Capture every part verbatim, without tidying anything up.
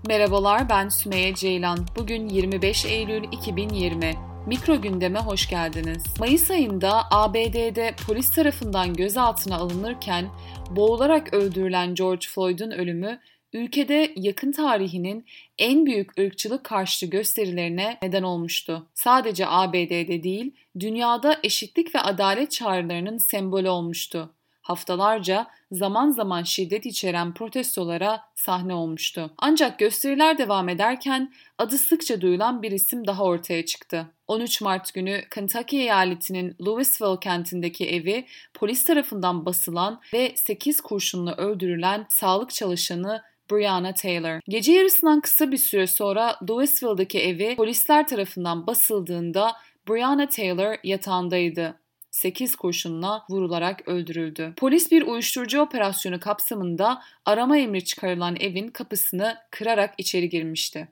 Merhabalar, ben Sümeyye Ceylan. Bugün yirmi beş Eylül iki bin yirmi. Mikro gündeme hoş geldiniz. Mayıs ayında A B D'de polis tarafından gözaltına alınırken boğularak öldürülen George Floyd'un ölümü ülkede yakın tarihinin en büyük ırkçılık karşıtı gösterilerine neden olmuştu. Sadece A B D'de değil, dünyada eşitlik ve adalet çağrılarının sembolü olmuştu. Haftalarca zaman zaman şiddet içeren protestolara sahne olmuştu. Ancak gösteriler devam ederken adı sıkça duyulan bir isim daha ortaya çıktı. on üç Mart günü Kentucky eyaletinin Louisville kentindeki evi polis tarafından basılan ve sekiz kurşunla öldürülen sağlık çalışanı Breonna Taylor. Gece yarısından kısa bir süre sonra Louisville'daki evi polisler tarafından basıldığında Breonna Taylor yatağındaydı. sekiz kurşunla vurularak öldürüldü. Polis bir uyuşturucu operasyonu kapsamında arama emri çıkarılan evin kapısını kırarak içeri girmişti.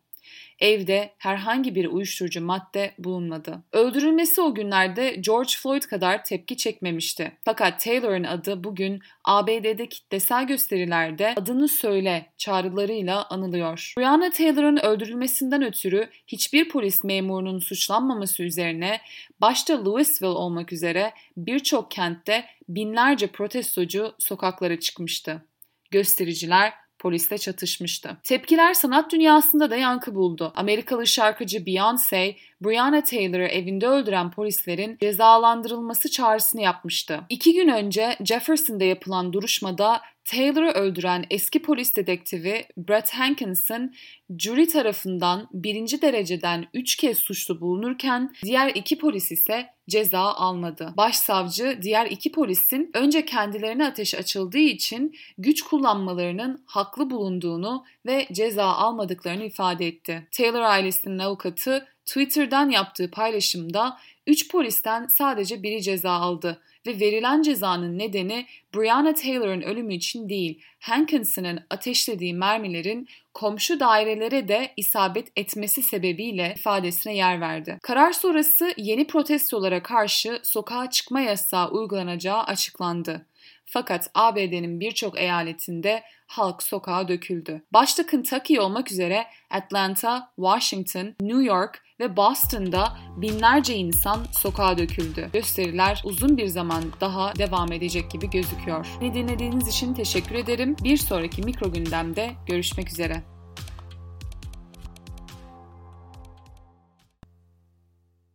Evde herhangi bir uyuşturucu madde bulunmadı. Öldürülmesi o günlerde George Floyd kadar tepki çekmemişti. Fakat Taylor'ın adı bugün A B D'de kitlesel gösterilerde "adını söyle" çağrılarıyla anılıyor. Breonna Taylor'ın öldürülmesinden ötürü hiçbir polis memurunun suçlanmaması üzerine başta Louisville olmak üzere birçok kentte binlerce protestocu sokaklara çıkmıştı. Göstericiler polisle çatışmıştı. Tepkiler sanat dünyasında da yankı buldu. Amerikalı şarkıcı Beyoncé, Breonna Taylor'ı evinde öldüren polislerin cezalandırılması çağrısını yapmıştı. İki gün önce Jefferson'da yapılan duruşmada Taylor'ı öldüren eski polis dedektifi Brett Hankinson, jüri tarafından birinci dereceden üç kez suçlu bulunurken diğer iki polis ise ceza almadı. Başsavcı diğer iki polisin önce kendilerine ateş açıldığı için güç kullanmalarının haklı bulunduğunu ve ceza almadıklarını ifade etti. Taylor ailesinin avukatı Twitter'dan yaptığı paylaşımda üç polisten sadece biri ceza aldı ve verilen cezanın nedeni Breonna Taylor'ın ölümü için değil, Hankinson'ın ateşlediği mermilerin komşu dairelere de isabet etmesi sebebiyle ifadesine yer verdi. Karar sonrası yeni protestolara karşı sokağa çıkma yasağı uygulanacağı açıklandı. Fakat A B D'nin birçok eyaletinde halk sokağa döküldü. Başta Kentucky olmak üzere Atlanta, Washington, New York ve Boston'da binlerce insan sokağa döküldü. Gösteriler uzun bir zaman daha devam edecek gibi gözüküyor. Beni dinlediğiniz için teşekkür ederim. Bir sonraki mikro gündemde görüşmek üzere.